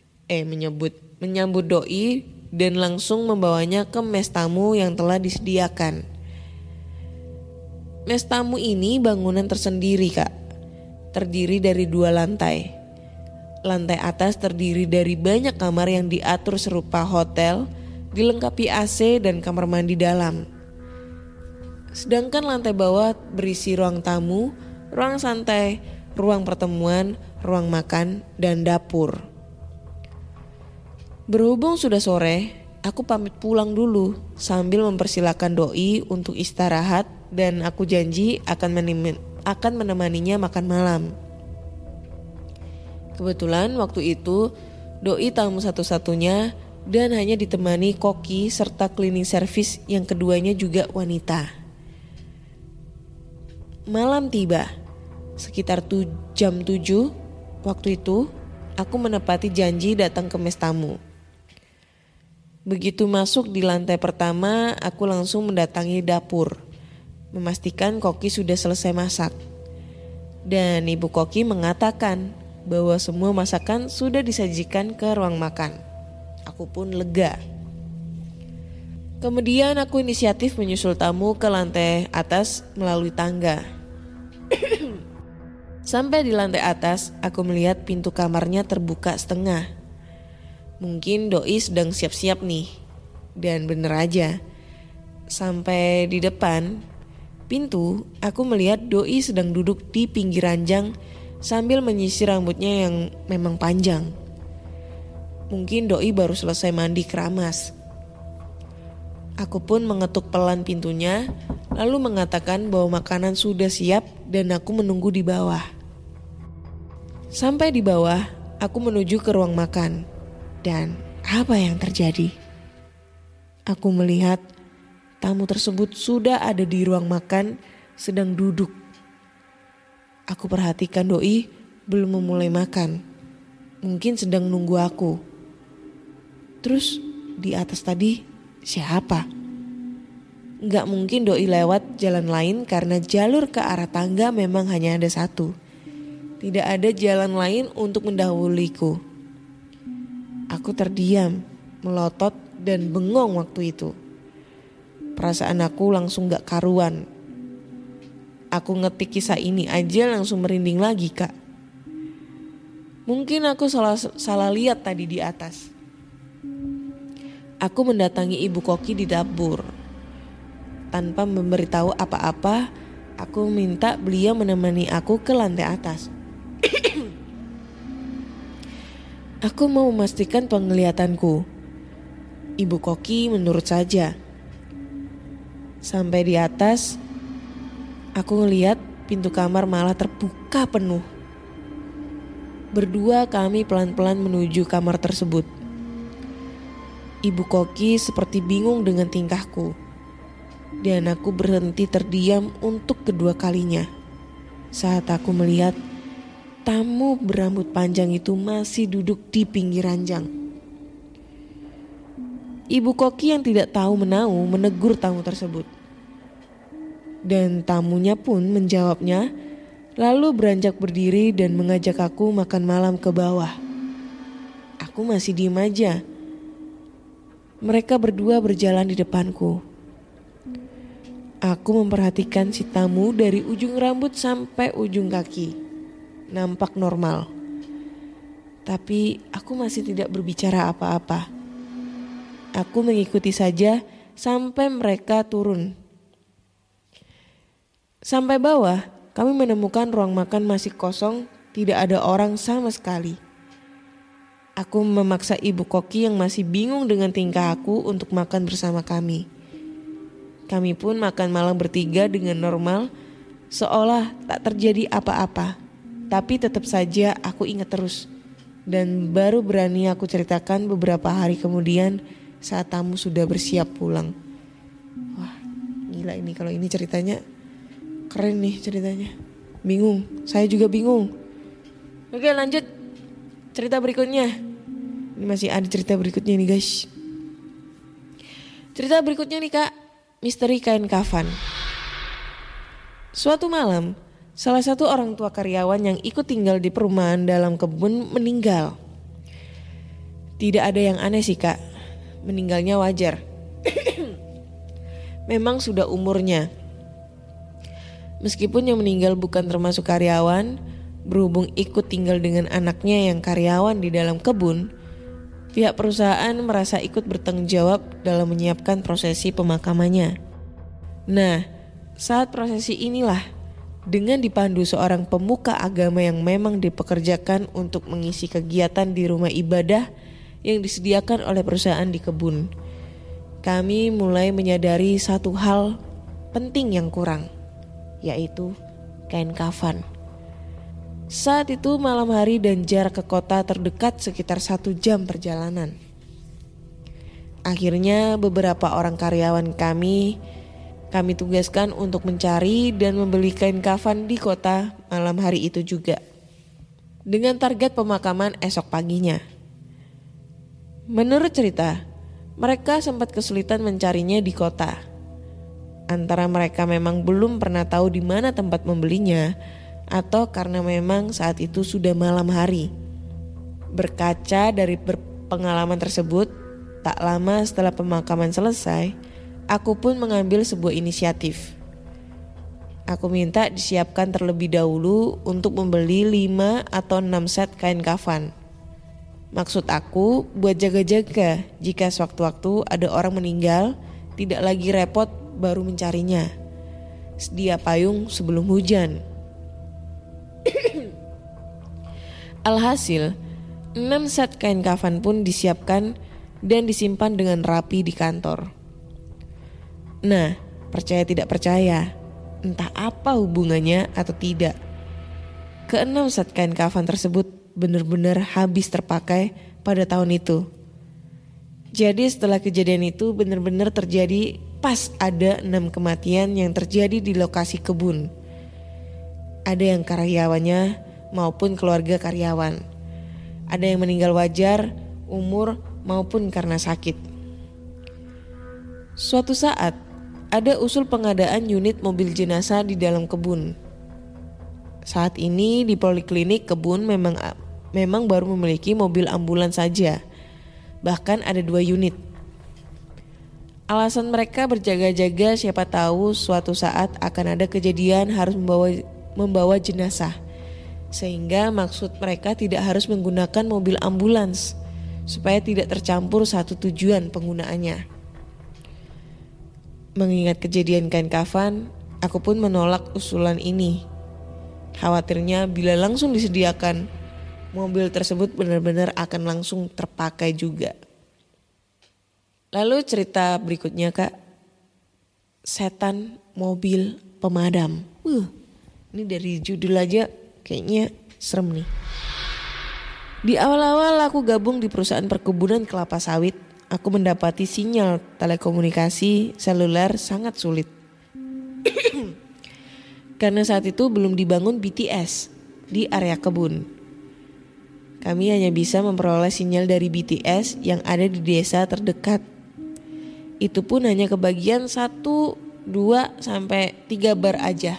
dan langsung membawanya ke mes tamu yang telah disediakan. Mes tamu ini bangunan tersendiri Kak, terdiri dari 2 lantai. Lantai atas terdiri dari banyak kamar yang diatur serupa hotel, dilengkapi AC dan kamar mandi dalam. Sedangkan lantai bawah berisi ruang tamu, ruang santai, ruang pertemuan, ruang makan, dan dapur. Berhubung sudah sore, aku pamit pulang dulu sambil mempersilahkan doi untuk istirahat dan aku janji akan menemaninya makan malam. Kebetulan waktu itu doi tamu satu-satunya dan hanya ditemani koki serta cleaning service yang keduanya juga wanita. Malam tiba, sekitar jam 7 waktu itu aku menepati janji datang ke mes tamu. Begitu masuk di lantai pertama, aku langsung mendatangi dapur, memastikan koki sudah selesai masak. Dan ibu koki mengatakan bahwa semua masakan sudah disajikan ke ruang makan. Aku pun lega. Kemudian aku inisiatif menyusul tamu ke lantai atas melalui tangga. Sampai di lantai atas, aku melihat pintu kamarnya terbuka setengah. Mungkin doi sedang siap-siap nih. Dan bener aja. Sampai di depan pintu, aku melihat doi sedang duduk di pinggir ranjang sambil menyisir rambutnya yang memang panjang. Mungkin doi baru selesai mandi keramas. Aku pun mengetuk pelan pintunya, lalu mengatakan bahwa makanan sudah siap dan aku menunggu di bawah. Sampai di bawah, aku menuju ke ruang makan. Dan apa yang terjadi? Aku melihat tamu tersebut sudah ada di ruang makan, sedang duduk. Aku perhatikan doi belum memulai makan. Mungkin sedang nunggu aku. Terus di atas tadi siapa? Gak mungkin doi lewat jalan lain karena jalur ke arah tangga memang hanya ada satu. Tidak ada jalan lain untuk mendahuluiku. Aku terdiam, melotot dan bengong waktu itu. Perasaan aku langsung gak karuan. Aku ngetik kisah ini aja langsung merinding lagi Kak. Mungkin aku salah lihat tadi di atas. Aku mendatangi ibu koki di dapur. Tanpa memberitahu apa-apa, aku minta beliau menemani aku ke lantai atas. Aku mau memastikan penglihatanku. Ibu Koki menurut saja. Sampai di atas, aku ngeliat pintu kamar malah terbuka penuh. Berdua kami pelan-pelan menuju kamar tersebut. Ibu Koki seperti bingung dengan tingkahku. Dan aku berhenti terdiam untuk kedua kalinya saat aku melihat tamu berambut panjang itu masih duduk di pinggir ranjang. Ibu Koki yang tidak tahu menau menegur tamu tersebut. Dan tamunya pun menjawabnya, lalu beranjak berdiri dan mengajak aku makan malam ke bawah. Aku masih diem aja. Mereka berdua berjalan di depanku. Aku memperhatikan si tamu dari ujung rambut sampai ujung kaki. Nampak normal. Tapi aku masih tidak berbicara apa-apa. Aku mengikuti saja sampai mereka turun. Sampai bawah, kami menemukan ruang makan masih kosong, tidak ada orang sama sekali. Aku memaksa Ibu Koki yang masih bingung dengan tingkah aku untuk makan bersama kami. Kami pun makan malam bertiga dengan normal, seolah tak terjadi apa-apa. Tapi tetap saja aku ingat terus. Dan baru berani aku ceritakan beberapa hari kemudian saat tamu sudah bersiap pulang. Wah, gila ini kalau ini ceritanya. Keren nih ceritanya. Bingung, saya juga bingung. Oke, lanjut cerita berikutnya. Ini masih ada cerita berikutnya nih guys. Cerita berikutnya nih Kak, misteri kain kafan. Suatu malam, salah satu orang tua karyawan yang ikut tinggal di perumahan dalam kebun meninggal. Tidak ada yang aneh sih Kak, meninggalnya wajar. Memang sudah umurnya. Meskipun yang meninggal bukan termasuk karyawan, berhubung ikut tinggal dengan anaknya yang karyawan di dalam kebun, pihak perusahaan merasa ikut bertanggung jawab dalam menyiapkan prosesi pemakamannya. Nah, saat prosesi inilah, dengan dipandu seorang pemuka agama yang memang dipekerjakan untuk mengisi kegiatan di rumah ibadah yang disediakan oleh perusahaan di kebun, kami mulai menyadari satu hal penting yang kurang, yaitu kain kafan. Saat itu malam hari dan jarak ke kota terdekat sekitar 1 jam perjalanan. Akhirnya beberapa orang karyawan kami tugaskan untuk mencari dan membeli kain kafan di kota malam hari itu juga. Dengan target pemakaman esok paginya. Menurut cerita, mereka sempat kesulitan mencarinya di kota. Antara mereka memang belum pernah tahu di mana tempat membelinya, atau karena memang saat itu sudah malam hari. Berkaca dari pengalaman tersebut, tak lama setelah pemakaman selesai, aku pun mengambil sebuah inisiatif. Aku minta disiapkan terlebih dahulu untuk membeli 5 atau 6 set kain kafan. Maksud aku buat jaga-jaga jika sewaktu-waktu ada orang meninggal, tidak lagi repot baru mencarinya. Sedia payung sebelum hujan. Alhasil, 6 set kain kafan pun disiapkan dan disimpan dengan rapi di kantor. Nah, percaya tidak percaya, entah apa hubungannya atau tidak, ke-6 set kain kafan tersebut benar-benar habis terpakai pada tahun itu. Jadi setelah kejadian itu benar-benar terjadi pas ada 6 kematian yang terjadi di lokasi kebun. Ada yang karyawannya maupun keluarga karyawan. Ada yang meninggal wajar, umur maupun karena sakit. Suatu saat ada usul pengadaan unit mobil jenazah di dalam kebun. Saat ini di poliklinik kebun memang baru memiliki mobil ambulans saja. Bahkan ada 2 unit. Alasan mereka berjaga-jaga siapa tahu suatu saat akan ada kejadian harus membawa jenazah. Sehingga maksud mereka tidak harus menggunakan mobil ambulans supaya tidak tercampur satu tujuan penggunaannya. Mengingat kejadian kain kafan, aku pun menolak usulan ini. Khawatirnya bila langsung disediakan, mobil tersebut benar-benar akan langsung terpakai juga. Lalu cerita berikutnya Kak, setan mobil pemadam. Ini dari judul aja kayaknya serem nih. Di awal-awal aku gabung di perusahaan perkebunan kelapa sawit, aku mendapati sinyal telekomunikasi seluler sangat sulit. Karena saat itu belum dibangun BTS di area kebun. Kami hanya bisa memperoleh sinyal dari BTS yang ada di desa terdekat. Itu pun hanya kebagian 1, 2, sampai 3 bar aja.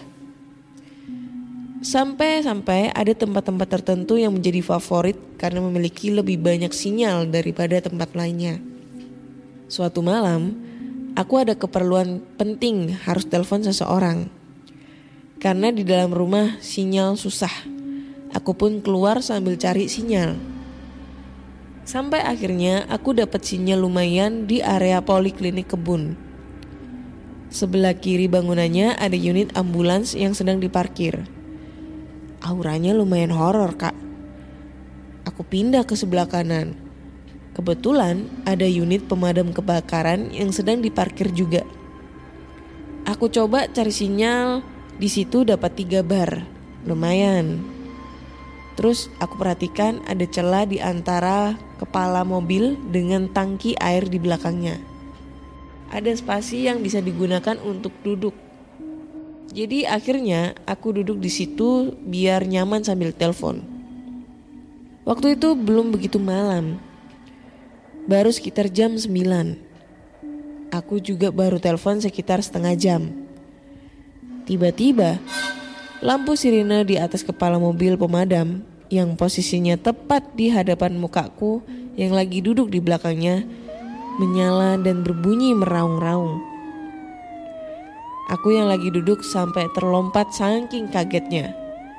Sampai ada tempat-tempat tertentu yang menjadi favorit karena memiliki lebih banyak sinyal daripada tempat lainnya. Suatu malam, aku ada keperluan penting harus telepon seseorang. Karena di dalam rumah sinyal susah, aku pun keluar sambil cari sinyal. Sampai akhirnya aku dapat sinyal lumayan di area poliklinik kebun. Sebelah kiri bangunannya ada unit ambulans yang sedang diparkir. Auranya lumayan horor Kak. Aku pindah ke sebelah kanan. Kebetulan ada unit pemadam kebakaran yang sedang diparkir juga. Aku coba cari sinyal, di situ dapat 3 bar, lumayan. Terus aku perhatikan ada celah di antara kepala mobil dengan tangki air di belakangnya. Ada spasi yang bisa digunakan untuk duduk. Jadi akhirnya aku duduk di situ biar nyaman sambil telepon. Waktu itu belum begitu malam. Baru sekitar jam 9. Aku juga baru telepon sekitar setengah jam. Tiba-tiba lampu sirine di atas kepala mobil pemadam yang posisinya tepat di hadapan mukaku yang lagi duduk di belakangnya menyala dan berbunyi meraung-raung. Aku yang lagi duduk sampai terlompat saking kagetnya.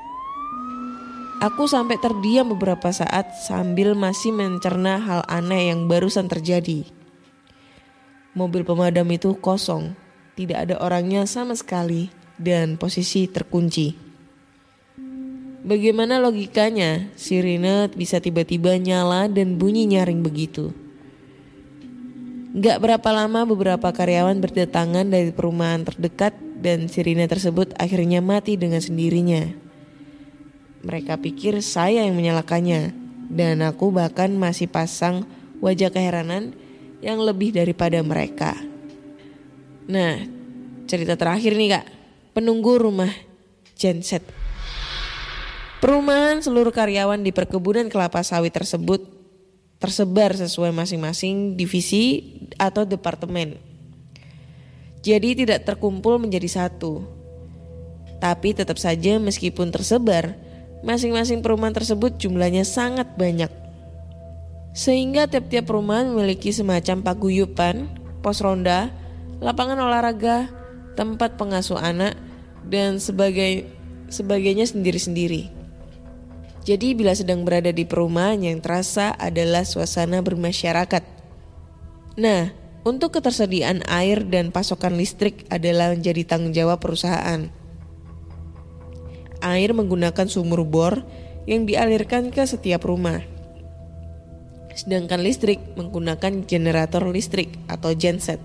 Aku sampai terdiam beberapa saat sambil masih mencerna hal aneh yang barusan terjadi. Mobil pemadam itu kosong, tidak ada orangnya sama sekali dan posisi terkunci. Bagaimana logikanya sirine bisa tiba-tiba nyala dan bunyi nyaring begitu? Gak berapa lama beberapa karyawan berdatangan dari perumahan terdekat dan sirine tersebut akhirnya mati dengan sendirinya. Mereka pikir saya yang menyalakannya dan aku bahkan masih pasang wajah keheranan yang lebih daripada mereka. Nah, cerita terakhir nih Kak, penunggu rumah genset. Perumahan seluruh karyawan di perkebunan kelapa sawit tersebut tersebar sesuai masing-masing divisi atau departemen. Jadi tidak terkumpul menjadi satu. Tapi tetap saja meskipun tersebar, masing-masing perumahan tersebut jumlahnya sangat banyak. Sehingga tiap-tiap perumahan memiliki semacam paguyuban, pos ronda, lapangan olahraga, tempat pengasuh anak, dan sebagainya sendiri-sendiri. Jadi bila sedang berada di perumahan yang terasa adalah suasana bermasyarakat. Nah, untuk ketersediaan air dan pasokan listrik adalah menjadi tanggung jawab perusahaan. Air menggunakan sumur bor yang dialirkan ke setiap rumah. Sedangkan listrik menggunakan generator listrik atau genset.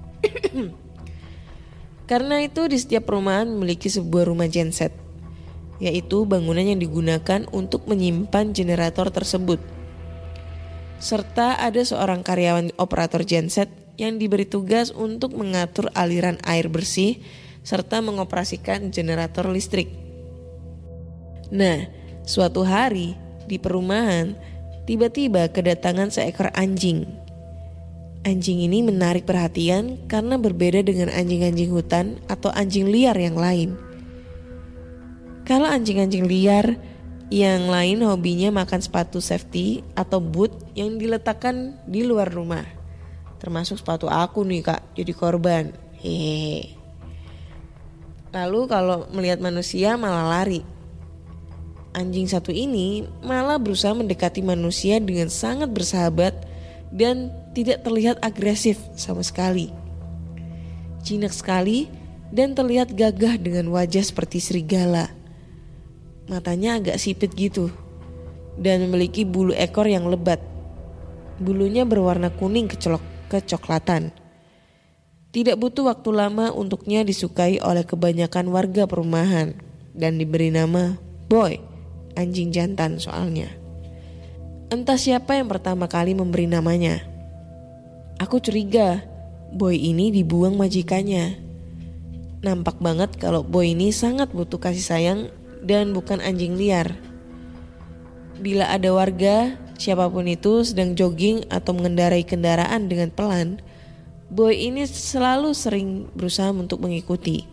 Karena itu di setiap perumahan memiliki sebuah rumah genset, yaitu bangunan yang digunakan untuk menyimpan generator tersebut. Serta ada seorang karyawan operator genset yang diberi tugas untuk mengatur aliran air bersih serta mengoperasikan generator listrik. Nah, suatu hari di perumahan tiba-tiba kedatangan seekor anjing. Anjing ini menarik perhatian karena berbeda dengan anjing-anjing hutan atau anjing liar yang lain. Kalau anjing-anjing liar yang lain hobinya makan sepatu safety atau boot yang diletakkan di luar rumah. Termasuk sepatu aku nih Kak, jadi korban. Hehehe. Lalu kalau melihat manusia malah lari. Anjing satu ini malah berusaha mendekati manusia dengan sangat bersahabat dan tidak terlihat agresif sama sekali. jinak sekali dan terlihat gagah dengan wajah seperti serigala. Matanya agak sipit gitu dan memiliki bulu ekor yang lebat. Bulunya berwarna kuning kecoklatan. Tidak butuh waktu lama untuknya disukai oleh kebanyakan warga perumahan dan diberi nama Boy, anjing jantan soalnya. Entah siapa yang pertama kali memberi namanya. Aku curiga Boy ini dibuang majikannya. Nampak banget kalau Boy ini sangat butuh kasih sayang dan bukan anjing liar. Bila ada warga, siapapun itu sedang jogging atau mengendarai kendaraan dengan pelan, Boy ini selalu sering berusaha untuk mengikuti.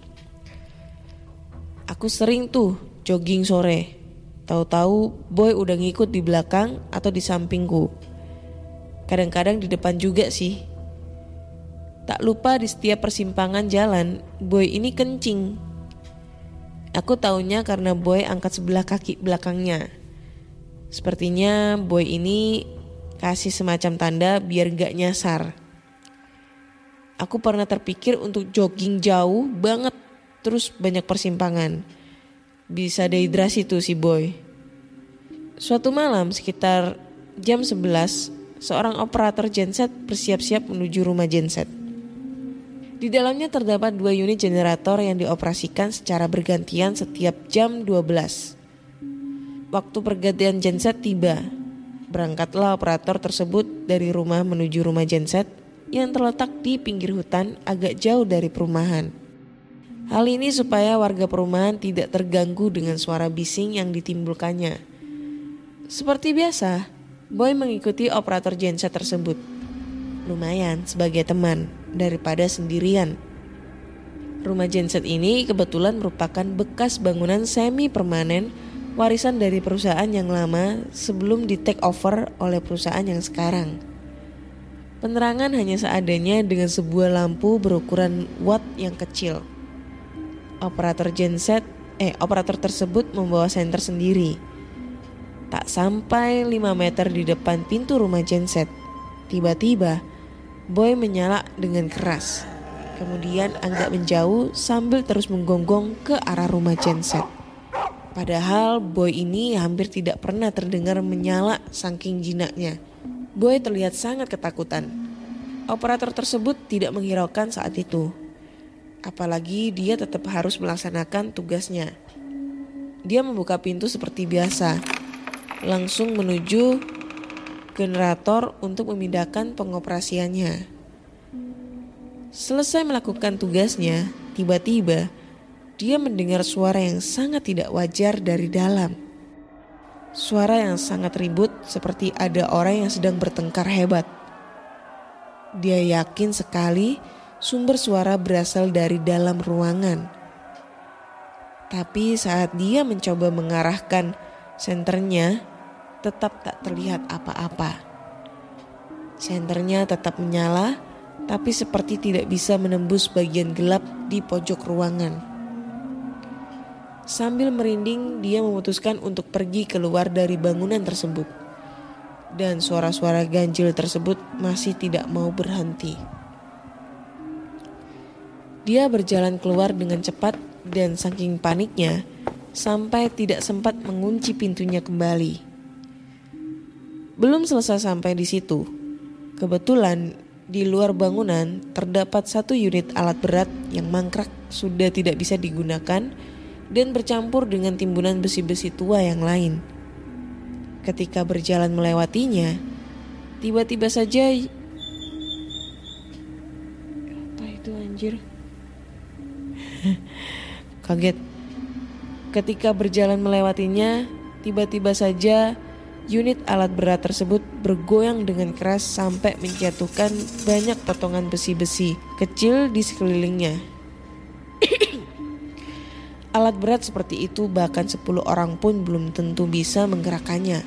Aku sering tuh jogging sore. Tahu-tahu Boy udah ngikut di belakang atau di sampingku. Kadang-kadang di depan juga sih. Tak lupa di setiap persimpangan jalan, Boy ini kencing. Aku taunya karena Boy angkat sebelah kaki belakangnya. Sepertinya Boy ini kasih semacam tanda biar gak nyasar. Aku pernah terpikir untuk jogging jauh banget terus banyak persimpangan. Bisa dehidrasi tuh si Boy. Suatu malam sekitar jam 11, seorang operator genset bersiap-siap menuju rumah genset. Di dalamnya terdapat 2 unit generator yang dioperasikan secara bergantian setiap jam 12. Waktu pergantian genset tiba. Berangkatlah operator tersebut dari rumah menuju rumah genset yang terletak di pinggir hutan agak jauh dari perumahan. Hal ini supaya warga perumahan tidak terganggu dengan suara bising yang ditimbulkannya. Seperti biasa, Boy mengikuti operator genset tersebut. Lumayan sebagai teman daripada sendirian. Rumah genset ini kebetulan merupakan bekas bangunan semi permanen warisan dari perusahaan yang lama sebelum di take over oleh perusahaan yang sekarang. Penerangan hanya seadanya dengan sebuah lampu berukuran watt yang kecil. Operator tersebut membawa senter sendiri. Tak sampai 5 meter di depan pintu rumah genset, tiba-tiba Boy menyala dengan keras. Kemudian agak menjauh sambil terus menggonggong ke arah rumah genset. Padahal Boy ini hampir tidak pernah terdengar menyala saking jinaknya. Boy terlihat sangat ketakutan. Operator tersebut tidak menghiraukan saat itu. Apalagi dia tetap harus melaksanakan tugasnya. Dia membuka pintu seperti biasa, langsung menuju generator untuk memindahkan pengoperasiannya. Selesai melakukan tugasnya, tiba-tiba dia mendengar suara yang sangat tidak wajar dari dalam. Suara yang sangat ribut seperti ada orang yang sedang bertengkar hebat. Dia yakin sekali sumber suara berasal dari dalam ruangan. Tapi saat dia mencoba mengarahkan senternya, tetap tak terlihat apa-apa. Senternya tetap menyala, tapi seperti tidak bisa menembus bagian gelap di pojok ruangan. Sambil merinding, dia memutuskan untuk pergi keluar dari bangunan tersebut. Dan suara-suara ganjil tersebut masih tidak mau berhenti. Dia berjalan keluar dengan cepat dan saking paniknya sampai tidak sempat mengunci pintunya kembali. Belum selesai sampai di situ, kebetulan di luar bangunan terdapat 1 unit alat berat yang mangkrak sudah tidak bisa digunakan dan bercampur dengan timbunan besi-besi tua yang lain. Ketika berjalan melewatinya, tiba-tiba saja apa itu anjir? Kaget. Ketika berjalan melewatinya, tiba-tiba saja unit alat berat tersebut bergoyang dengan keras sampai menjatuhkan banyak potongan besi-besi kecil di sekelilingnya. Alat berat seperti itu bahkan 10 orang pun belum tentu bisa menggerakkannya.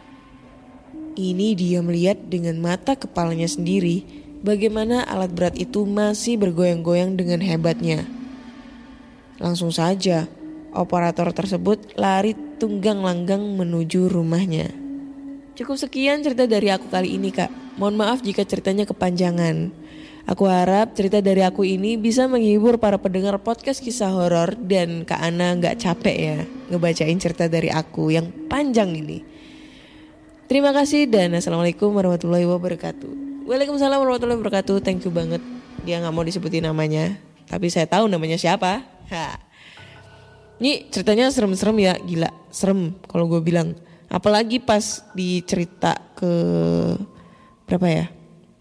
Ini dia melihat dengan mata kepalanya sendiri bagaimana alat berat itu masih bergoyang-goyang dengan hebatnya. Langsung saja operator tersebut lari tunggang langgang menuju rumahnya. Cukup sekian cerita dari aku kali ini, Kak. Mohon maaf jika ceritanya kepanjangan. Aku harap cerita dari aku ini bisa menghibur para pendengar podcast kisah horor dan Kak Ana gak capek ya ngebacain cerita dari aku yang panjang ini. Terima kasih dan assalamualaikum warahmatullahi wabarakatuh. Waalaikumsalam warahmatullahi wabarakatuh. Thank you banget. Dia gak mau disebutin namanya, tapi saya tahu namanya siapa. Ini ceritanya serem-serem ya, gila serem kalau gue bilang. Apalagi pas dicerita ke berapa ya?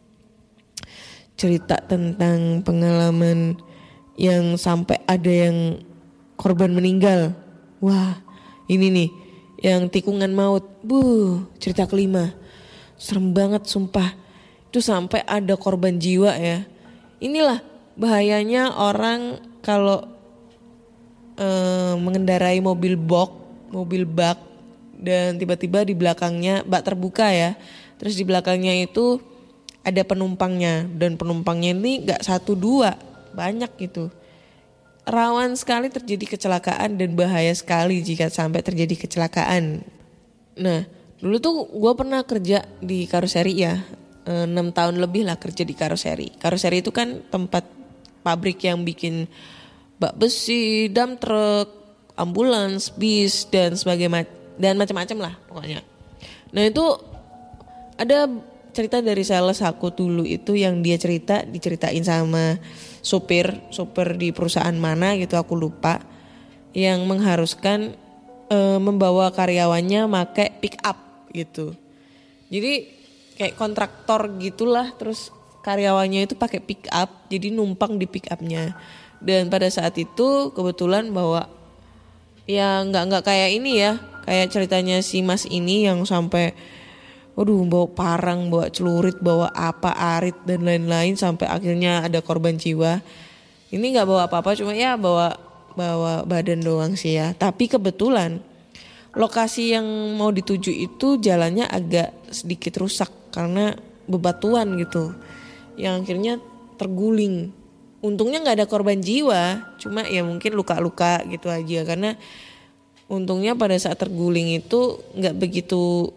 Cerita tentang pengalaman yang sampai ada yang korban meninggal. Wah, ini nih yang tikungan maut. Cerita kelima. Serem banget sumpah. Itu sampai ada korban jiwa ya. Inilah bahayanya orang kalau mengendarai mobil bak dan tiba-tiba di belakangnya bak terbuka ya. Terus di belakangnya itu ada penumpangnya dan penumpangnya ini gak 1-2, banyak gitu. Rawan sekali terjadi kecelakaan dan bahaya sekali jika sampai terjadi kecelakaan. Nah dulu tuh gue pernah kerja di karoseri ya, 6 tahun lebih lah kerja di karoseri. Karoseri itu kan tempat pabrik yang bikin bak besi, dump truck, ambulans, bis dan sebagainya dan macam-macam lah pokoknya. Nah itu ada cerita dari sales aku dulu itu yang dia diceritain sama sopir di perusahaan mana gitu aku lupa, yang mengharuskan membawa karyawannya pakai pick up gitu. Jadi kayak kontraktor gitulah, terus karyawannya itu pakai pick up, jadi numpang di pick upnya. Dan pada saat itu kebetulan bawa ya nggak kayak ini ya, kayak ceritanya si Mas ini yang sampai bawa parang, bawa celurit, bawa arit dan lain-lain sampai akhirnya ada korban jiwa. Ini nggak bawa apa-apa, cuma ya bawa badan doang sih ya. Tapi kebetulan lokasi yang mau dituju itu jalannya agak sedikit rusak karena bebatuan gitu, yang akhirnya terguling. Untungnya nggak ada korban jiwa, cuma ya mungkin luka-luka gitu aja. Karena untungnya pada saat terguling itu nggak begitu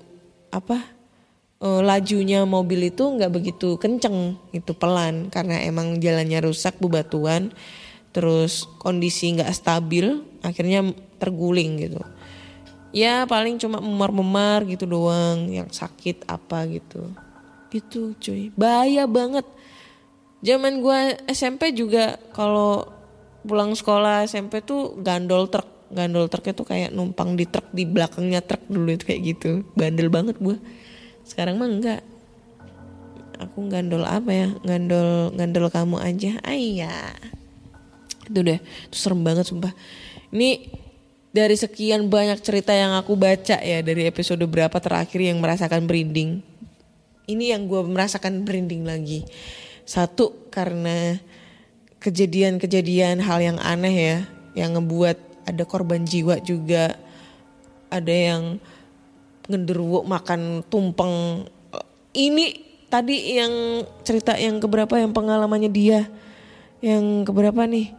lajunya mobil itu nggak begitu kenceng, itu pelan karena emang jalannya rusak bebatuan, terus kondisi nggak stabil, akhirnya terguling gitu. Ya paling cuma memar-memar gitu doang, yang sakit apa gitu. Gitu cuy, bahaya banget. Zaman gue SMP juga kalau pulang sekolah SMP tuh gandol truk itu kayak numpang di truk, di belakangnya truk dulu itu kayak gitu. Bandel banget gue. Sekarang mah enggak. Aku gandol apa ya? Gandol kamu aja. Ayah. Itu deh. Itu serem banget sumpah. Ini dari sekian banyak cerita yang aku baca ya, dari episode berapa terakhir yang merasakan merinding. Ini yang gue merasakan merinding lagi. Satu, karena kejadian-kejadian hal yang aneh ya, yang ngebuat ada korban jiwa juga. Ada yang ngenderuwo makan tumpeng. Ini tadi yang cerita yang keberapa, yang pengalamannya dia. Yang keberapa nih?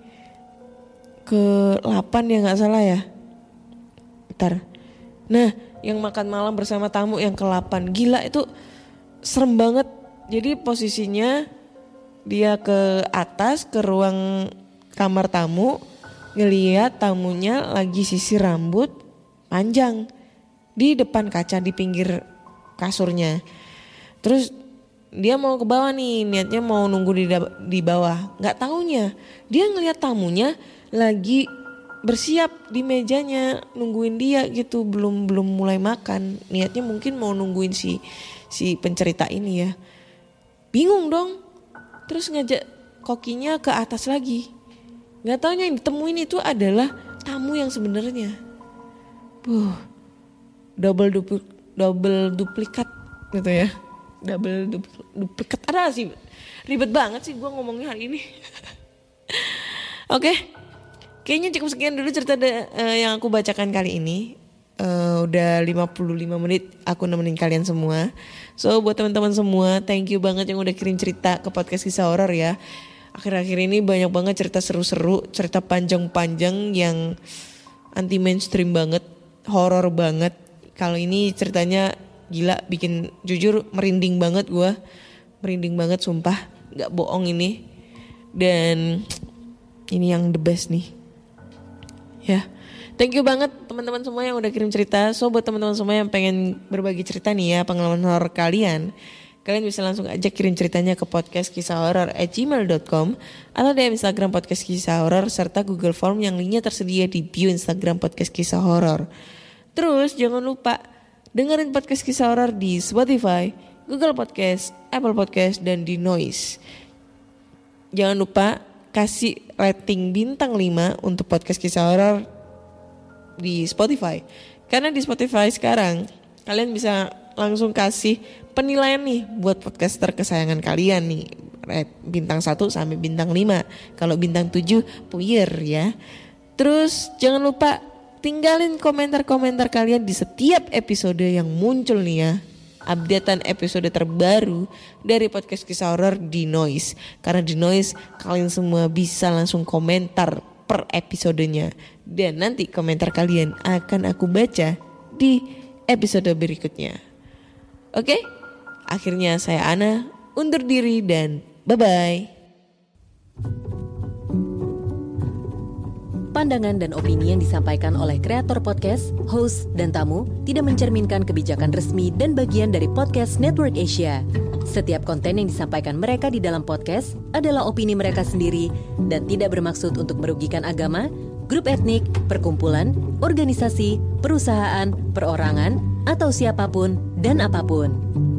Ke-8 ya gak salah ya. Bentar. Nah yang makan malam bersama tamu yang ke-8. Gila itu serem banget. Jadi posisinya dia ke atas, ke ruang kamar tamu, ngeliat tamunya lagi sisir rambut panjang di depan kaca di pinggir kasurnya. Terus dia mau ke bawah nih, niatnya mau nunggu di bawah. Nggak taunya dia ngeliat tamunya lagi bersiap di mejanya nungguin dia gitu, belum mulai makan. Niatnya mungkin mau nungguin si pencerita ini ya. Bingung dong. Terus ngajak kokinya ke atas lagi. Nggak taunya yang ditemuin itu adalah tamu yang sebenarnya. Double duplikat gitu ya. Double duplikat. Ada sih, ribet banget sih gue ngomongnya hari ini. Oke. Kayaknya cukup sekian dulu cerita yang aku bacakan kali ini. Udah 55 menit aku nemenin kalian semua. So buat teman-teman semua, thank you banget yang udah kirim cerita ke podcast kisah horor ya. Akhir-akhir ini banyak banget cerita seru-seru, cerita panjang-panjang yang anti mainstream banget, horor banget. Kalau ini ceritanya gila, bikin jujur merinding banget gue. Merinding banget sumpah. gak bohong ini. Dan ini yang the best nih. Ya, thank you banget teman-teman semua yang udah kirim cerita. So buat teman-teman semua yang pengen berbagi cerita nih ya, pengalaman horor kalian bisa langsung aja kirim ceritanya ke podcastkisahhoror@gmail.com atau DM Instagram Podcast Kisah Horor serta Google Form yang linknya tersedia di bio Instagram Podcast Kisah Horor. Terus jangan lupa dengerin Podcast Kisah Horor di Spotify, Google Podcast, Apple Podcast, dan di Noise. Jangan lupa kasih rating bintang 5 untuk Podcast Kisah Horor di Spotify. Karena di Spotify sekarang kalian bisa langsung kasih penilaian nih buat podcaster kesayangan kalian nih. Bintang 1 sampai bintang 5. Kalau bintang 7 puyer ya. Terus jangan lupa tinggalin komentar-komentar kalian di setiap episode yang muncul nih ya. Updatean episode terbaru dari Podcast Kisah Horor di Noise. Karena di Noise kalian semua bisa langsung komentar per episodenya. Dan nanti komentar kalian akan aku baca di episode berikutnya. Oke? Akhirnya saya Ana undur diri dan bye-bye. Pandangan dan opini yang disampaikan oleh kreator podcast, host, dan tamu tidak mencerminkan kebijakan resmi dan bagian dari Podcast Network Asia. Setiap konten yang disampaikan mereka di dalam podcast adalah opini mereka sendiri dan tidak bermaksud untuk merugikan agama, grup etnik, perkumpulan, organisasi, perusahaan, perorangan, atau siapapun dan apapun.